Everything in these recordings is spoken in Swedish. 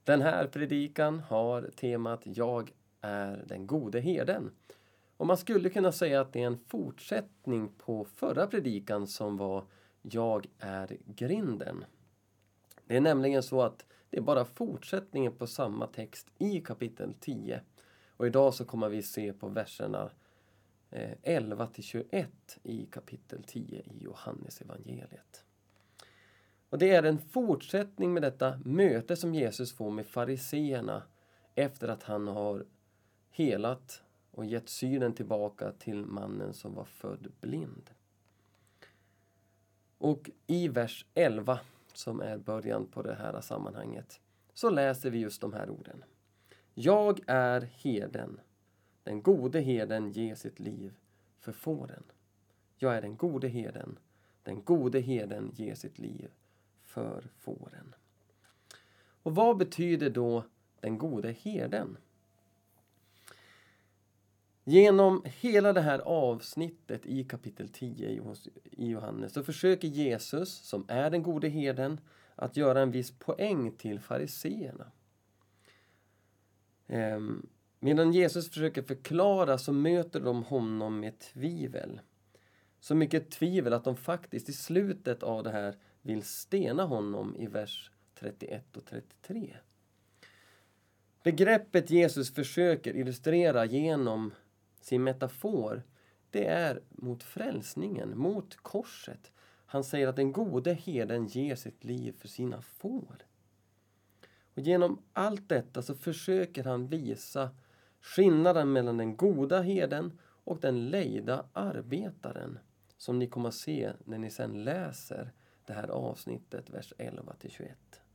Den här predikan har temat Jag är den gode herden. Och man skulle kunna säga att det är en fortsättning på förra predikan som var Jag är grinden. Det är nämligen så att det är bara fortsättningen på samma text i kapitel 10. Och idag så kommer vi se på verserna 11-21 i kapitel 10 i Johannes evangeliet. Och det är en fortsättning med detta möte som Jesus får med fariseerna efter att han har helat och gett synen tillbaka till mannen som var född blind. Och i vers 11, som är början på det här sammanhanget, så läser vi just de här orden. Jag är herden. Den gode herden ger sitt liv för fåren. Jag är den gode herden. Den gode herden ger sitt liv för fåren. Och vad betyder då den gode herden? Genom hela det här avsnittet i kapitel 10 i Johannes så försöker Jesus, som är den gode herden, att göra en viss poäng till fariseerna. Medan Jesus försöker förklara så möter de honom med tvivel. Så mycket tvivel att de faktiskt i slutet av det här vill stena honom i vers 31 och 33. Begreppet Jesus försöker illustrera genom sin metafor, det är mot frälsningen, mot korset. Han säger att den gode herden ger sitt liv för sina får. Och genom allt detta så försöker han visa skillnaden mellan den goda herden och den lejda arbetaren, som ni kommer att se när ni sedan läser det här avsnittet, vers 11-21.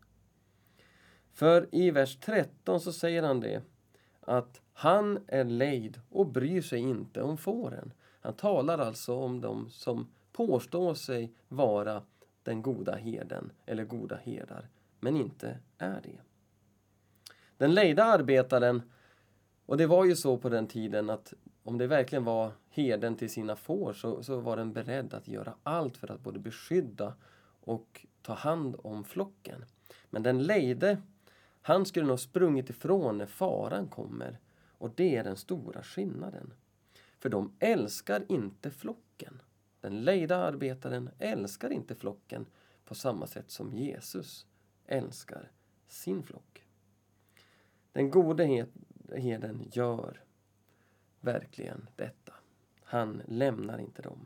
För i vers 13 så säger han det, att han är lejd och bryr sig inte om fåren. Han talar alltså om dem som påstår sig vara den goda herden eller goda herdar, men inte är det. Den lejda arbetaren, och det var ju så på den tiden att om det verkligen var herden till sina får så var den beredd att göra allt för att både beskydda och ta hand om flocken. Men den lejde, han skulle nog sprungit ifrån när faran kommer. Och det är den stora skillnaden. För de älskar inte flocken. Den lejda arbetaren älskar inte flocken på samma sätt som Jesus älskar sin flock. Den gode herden gör verkligen detta. Han lämnar inte dem.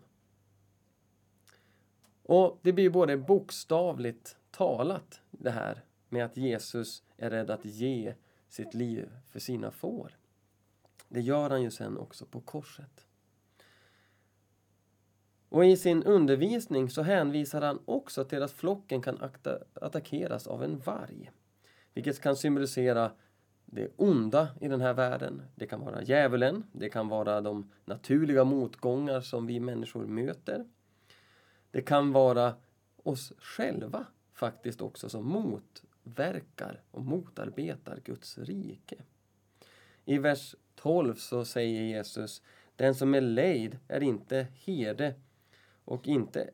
Och det blir både bokstavligt talat det här med att Jesus är rädd att ge sitt liv för sina får. Det gör han ju sen också på korset. Och i sin undervisning så hänvisar han också till att flocken kan attackeras av en varg. Vilket kan symbolisera det onda i den här världen. Det kan vara djävulen, det kan vara de naturliga motgångar som vi människor möter. Det kan vara oss själva faktiskt också som motverkar och motarbetar Guds rike. I vers 12 så säger Jesus, den som är lejd är inte herde och inte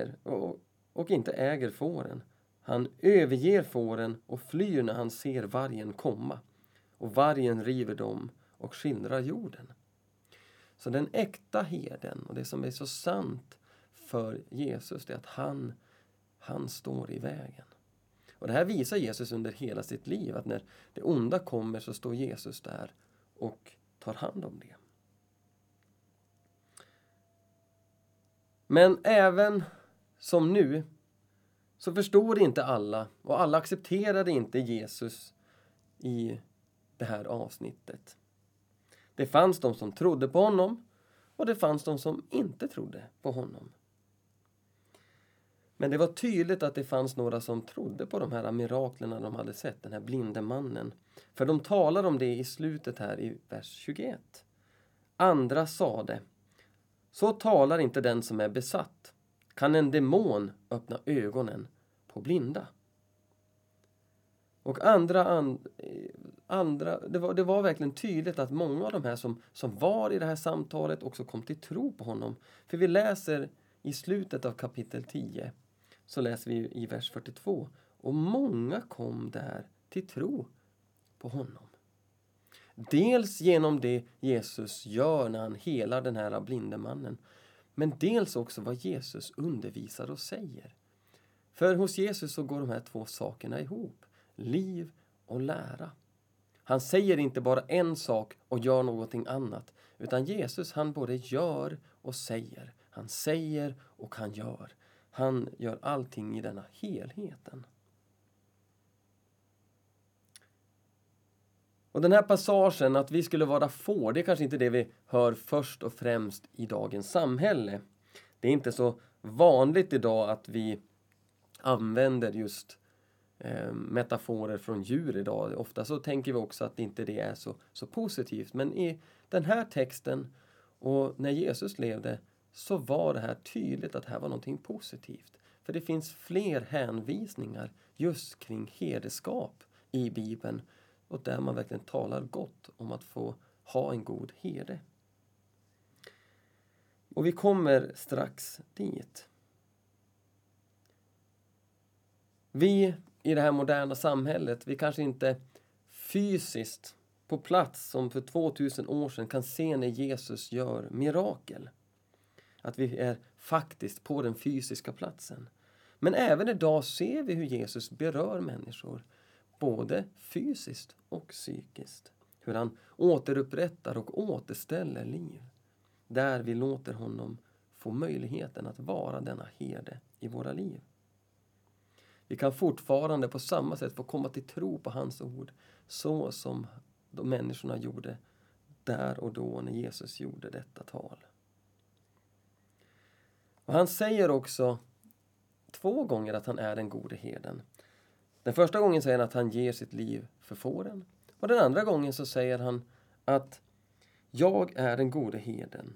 äger fåren. Han överger fåren och flyr när han ser vargen komma. Och vargen river dem och skildrar jorden. Så den äkta herden, och det som är så sant för Jesus, det är att han står i vägen. Och det här visar Jesus under hela sitt liv, att när det onda kommer så står Jesus där och tar hand om det. Men även som nu så förstår inte alla, och alla accepterade inte Jesus i det här avsnittet. Det fanns de som trodde på honom och det fanns de som inte trodde på honom. Men det var tydligt att det fanns några som trodde på de här miraklerna de hade sett, den här blinde mannen. För de talar om det i slutet här i vers 21. Andra sade, så talar inte den som är besatt. Kan en demon öppna ögonen på blinda? Och det var verkligen tydligt att många av de här som var i det här samtalet också kom till tro på honom. För vi läser i slutet av kapitel 10, så läser vi i vers 42. Och många kom där till tro på honom. Dels genom det Jesus gör när han helar den här blinde mannen. Men dels också vad Jesus undervisar och säger. För hos Jesus så går de här två sakerna ihop. Liv och lära. Han säger inte bara en sak och gör någonting annat. Utan Jesus, han både gör och säger. Han säger och han gör. Han gör allting i denna helheten. Och den här passagen att vi skulle vara får, det är kanske inte det vi hör först och främst i dagens samhälle. Det är inte så vanligt idag att vi använder just metaforer från djur idag. Ofta så tänker vi också att inte det är så positivt. Men i den här texten och när Jesus levde så var det här tydligt att det här var någonting positivt. För det finns fler hänvisningar just kring herdeskap i Bibeln. Och där man verkligen talar gott om att få ha en god herde. Och vi kommer strax dit. Vi i det här moderna samhället, vi kanske inte fysiskt på plats som för 2000 år sedan kan se när Jesus gör mirakel. Att vi är faktiskt på den fysiska platsen. Men även idag ser vi hur Jesus berör människor. Både fysiskt och psykiskt. Hur han återupprättar och återställer liv. Där vi låter honom få möjligheten att vara denna herde i våra liv. Vi kan fortfarande på samma sätt få komma till tro på hans ord. Så som de människorna gjorde där och då när Jesus gjorde detta tal. Och han säger också 2 gånger att han är den gode herden. Den första gången säger han att han ger sitt liv för fåren. Och den andra gången så säger han att jag är den gode herden.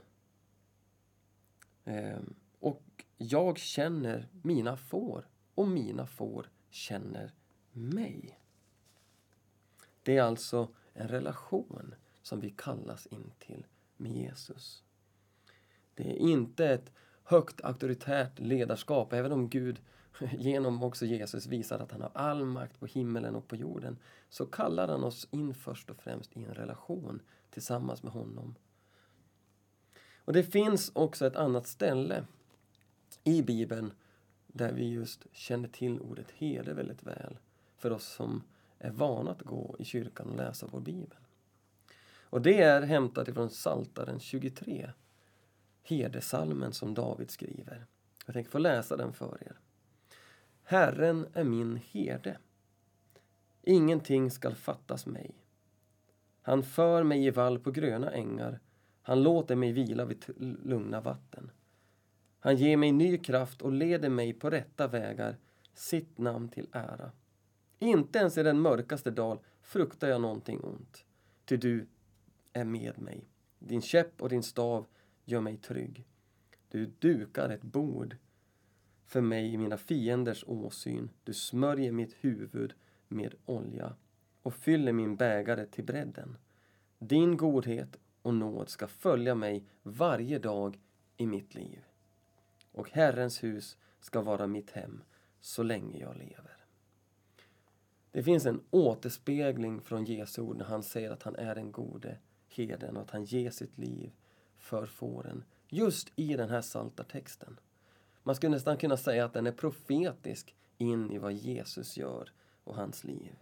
Och jag känner mina får. Och mina får känner mig. Det är alltså en relation som vi kallas in till med Jesus. Det är inte ett högt auktoritärt ledarskap, även om Gud genom också Jesus visar att han har all makt på himmelen och på jorden, så kallar han oss in först och främst i en relation tillsammans med honom. Och det finns också ett annat ställe i Bibeln där vi just känner till ordet herde väldigt väl för oss som är vana att gå i kyrkan och läsa vår Bibel. Och det är hämtat ifrån Psaltaren 23, herdesalmen som David skriver. Jag tänker få läsa den för er. Herren är min herde. Ingenting skall fattas mig. Han för mig i vall på gröna ängar. Han låter mig vila vid lugna vatten. Han ger mig ny kraft och leder mig på rätta vägar, sitt namn till ära. Inte ens i den mörkaste dal fruktar jag någonting ont. Ty du är med mig. Din käpp och din stav gör mig trygg. Du dukar ett bord för mig i mina fienders åsyn. Du smörjer mitt huvud med olja och fyller min bägare till bredden. Din godhet och nåd ska följa mig varje dag i mitt liv. Och Herrens hus ska vara mitt hem så länge jag lever. Det finns en återspegling från Jesu ord när han säger att han är den gode herden och att han ger sitt liv för fåren. Just i den här psaltartexten. Man skulle nästan kunna säga att den är profetisk in i vad Jesus gör och hans liv.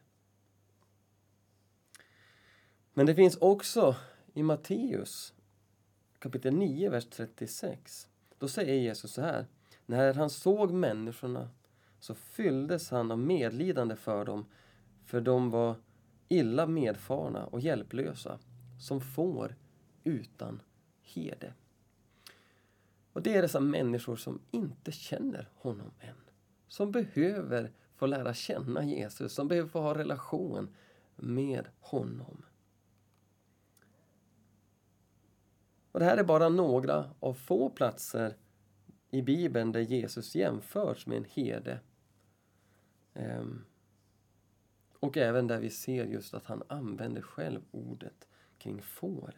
Men det finns också i Matteus kapitel 9, vers 36. Då säger Jesus så här. När han såg människorna så fylldes han av medlidande för de var illa medfarna och hjälplösa, som får utan herde. Och det är dessa människor som inte känner honom än. Som behöver få lära känna Jesus, som behöver få ha relation med honom. Och det här är bara några av få platser i Bibeln där Jesus jämförs med en herde. Och även där vi ser just att han använder själv ordet kring får.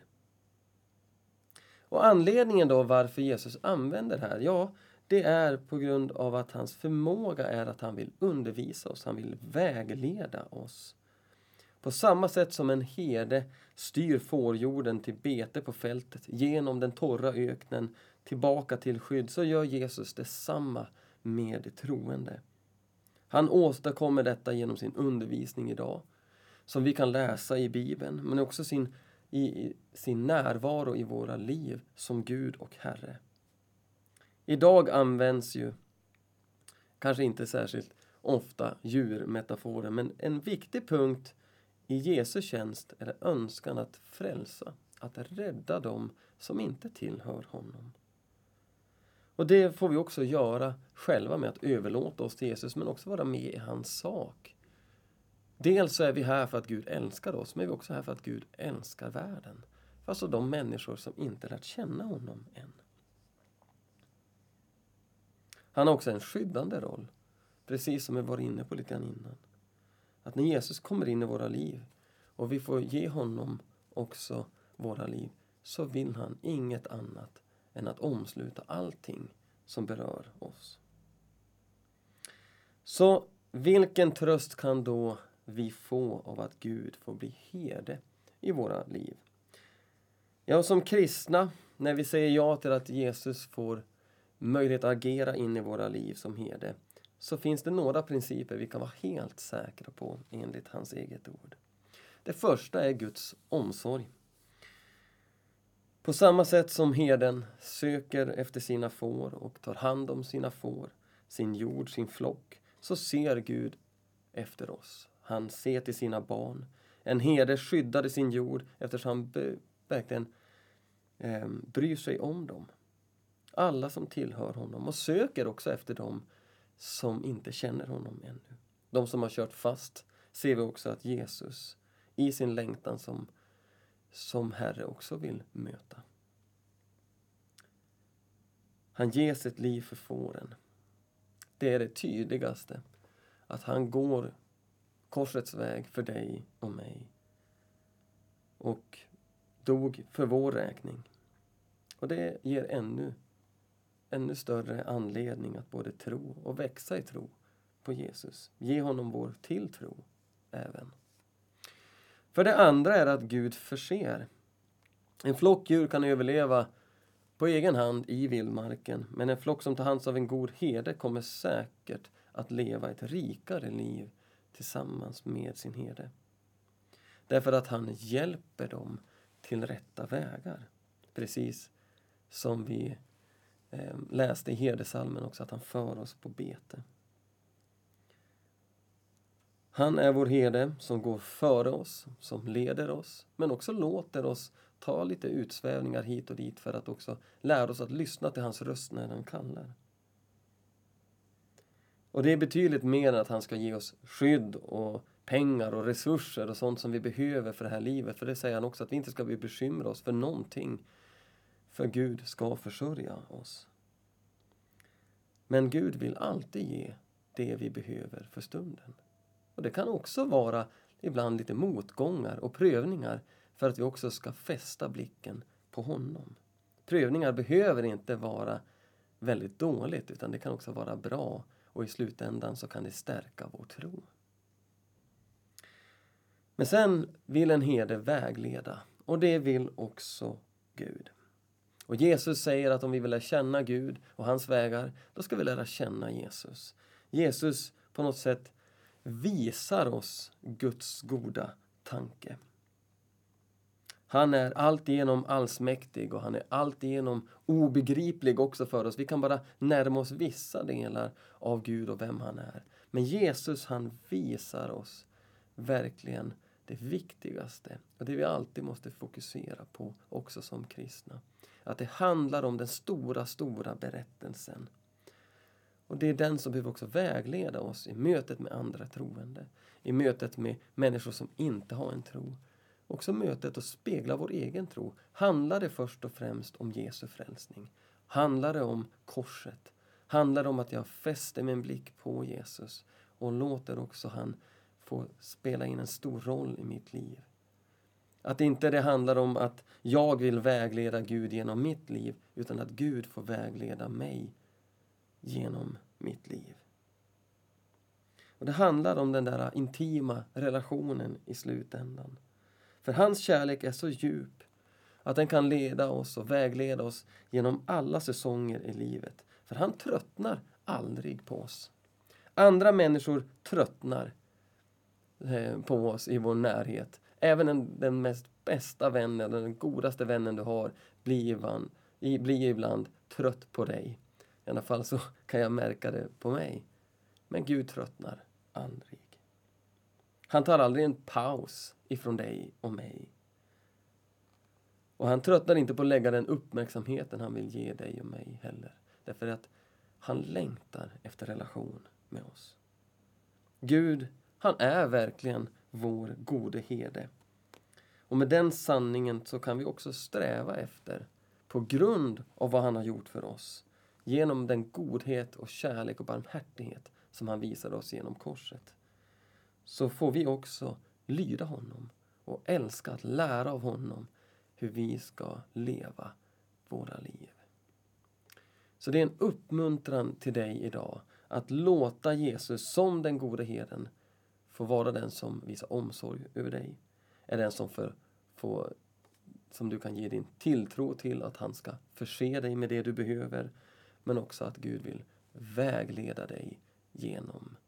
Och anledningen då varför Jesus använder det här, ja, det är på grund av att hans förmåga är att han vill undervisa oss, han vill vägleda oss. På samma sätt som en herde styr fårjorden till bete på fältet genom den torra öknen tillbaka till skydd, så gör Jesus detsamma med troende. Han åstadkommer detta genom sin undervisning idag, som vi kan läsa i Bibeln, men också i sin närvaro i våra liv som Gud och Herre. Idag används ju kanske inte särskilt ofta djurmetaforer, men en viktig punkt i Jesu tjänst är önskan att frälsa, att rädda dem som inte tillhör honom. Och det får vi också göra själva med att överlåta oss till Jesus, men också vara med i hans sak. Dels så är vi här för att Gud älskar oss, men vi är också här för att Gud älskar världen. Alltså de människor som inte lärt känna honom än. Han har också en skyddande roll, precis som vi var inne på lite grann innan. Att när Jesus kommer in i våra liv och vi får ge honom också våra liv, så vill han inget annat än att omsluta allting som berör oss. Så vilken tröst kan då vi få av att Gud får bli herde i våra liv? Ja, som kristna, när vi säger ja till att Jesus får möjlighet att agera in i våra liv som herde, så finns det några principer vi kan vara helt säkra på enligt hans eget ord. Det första är Guds omsorg. På samma sätt som herden söker efter sina får och tar hand om sina får, sin jord, sin flock, så ser Gud efter oss. Han ser till sina barn. En herde skyddade sin jord eftersom han verkligen bryr sig om dem. Alla som tillhör honom, och söker också efter dem som inte känner honom ännu. De som har kört fast ser vi också att Jesus i sin längtan som Herre också vill möta. Han ger sitt liv för fåren. Det är det tydligaste. Att han går korsets väg för dig och mig. Och dog för vår räkning. Och det ger ännu större anledning att både tro och växa i tro på Jesus. Ge honom vår tilltro även. För det andra är att Gud förser. En flock djur kan överleva på egen hand i vildmarken, men en flock som tar hand av en god herde kommer säkert att leva ett rikare liv tillsammans med sin herde. Därför att han hjälper dem till rätta vägar. Precis som vi läste i herdesalmen också, att han för oss på bete. Han är vår herde som går före oss, som leder oss, men också låter oss ta lite utsvävningar hit och dit för att också lära oss att lyssna till hans röst när han kallar. Och det är betydligt mer än att han ska ge oss skydd och pengar och resurser och sånt som vi behöver för det här livet. För det säger han också, att vi inte ska bekymra oss för någonting, för Gud ska försörja oss. Men Gud vill alltid ge det vi behöver för stunden. Och det kan också vara ibland lite motgångar och prövningar för att vi också ska fästa blicken på honom. Prövningar behöver inte vara väldigt dåligt, utan det kan också vara bra, och i slutändan så kan det stärka vår tro. Men sen vill en herde vägleda, och det vill också Gud. Och Jesus säger att om vi vill lära känna Gud och hans vägar, då ska vi lära känna Jesus. Jesus på något sätt visar oss Guds goda tanke. Han är alltigenom allsmäktig och han är alltigenom obegriplig också för oss. Vi kan bara närma oss vissa delar av Gud och vem han är. Men Jesus, han visar oss verkligen det viktigaste och det vi alltid måste fokusera på också som kristna. Att det handlar om den stora berättelsen. Och det är den som behöver också vägleda oss i mötet med andra troende. I mötet med människor som inte har en tro. Också mötet att spegla vår egen tro. Handlar det först och främst om Jesu frälsning? Handlar det om korset? Handlar det om att jag fäster min blick på Jesus och låter också han få spela in en stor roll i mitt liv? Att inte det handlar om att jag vill vägleda Gud genom mitt liv, utan att Gud får vägleda mig genom mitt liv. Och det handlar om den där intima relationen i slutändan. För hans kärlek är så djup att den kan leda oss och vägleda oss genom alla säsonger i livet. För han tröttnar aldrig på oss. Andra människor tröttnar på oss i vår närhet. Även den mest bästa vännen, den godaste vännen du har, blir ibland trött på dig. I alla fall så kan jag märka det på mig. Men Gud tröttnar aldrig. Han tar aldrig en paus ifrån dig och mig. Och han tröttnar inte på att lägga den uppmärksamheten han vill ge dig och mig heller. Därför att han längtar efter relation med oss. Gud, han är verkligen vår gode herde. Och med den sanningen så kan vi också sträva efter, på grund av vad han har gjort för oss, genom den godhet och kärlek och barmhärtighet som han visar oss genom korset, så får vi också lyda honom och älska att lära av honom hur vi ska leva våra liv. Så det är en uppmuntran till dig idag att låta Jesus som den gode herden få vara den som visar omsorg över dig. Är den som du kan ge din tilltro till, att han ska förse dig med det du behöver. Men också att Gud vill vägleda dig genom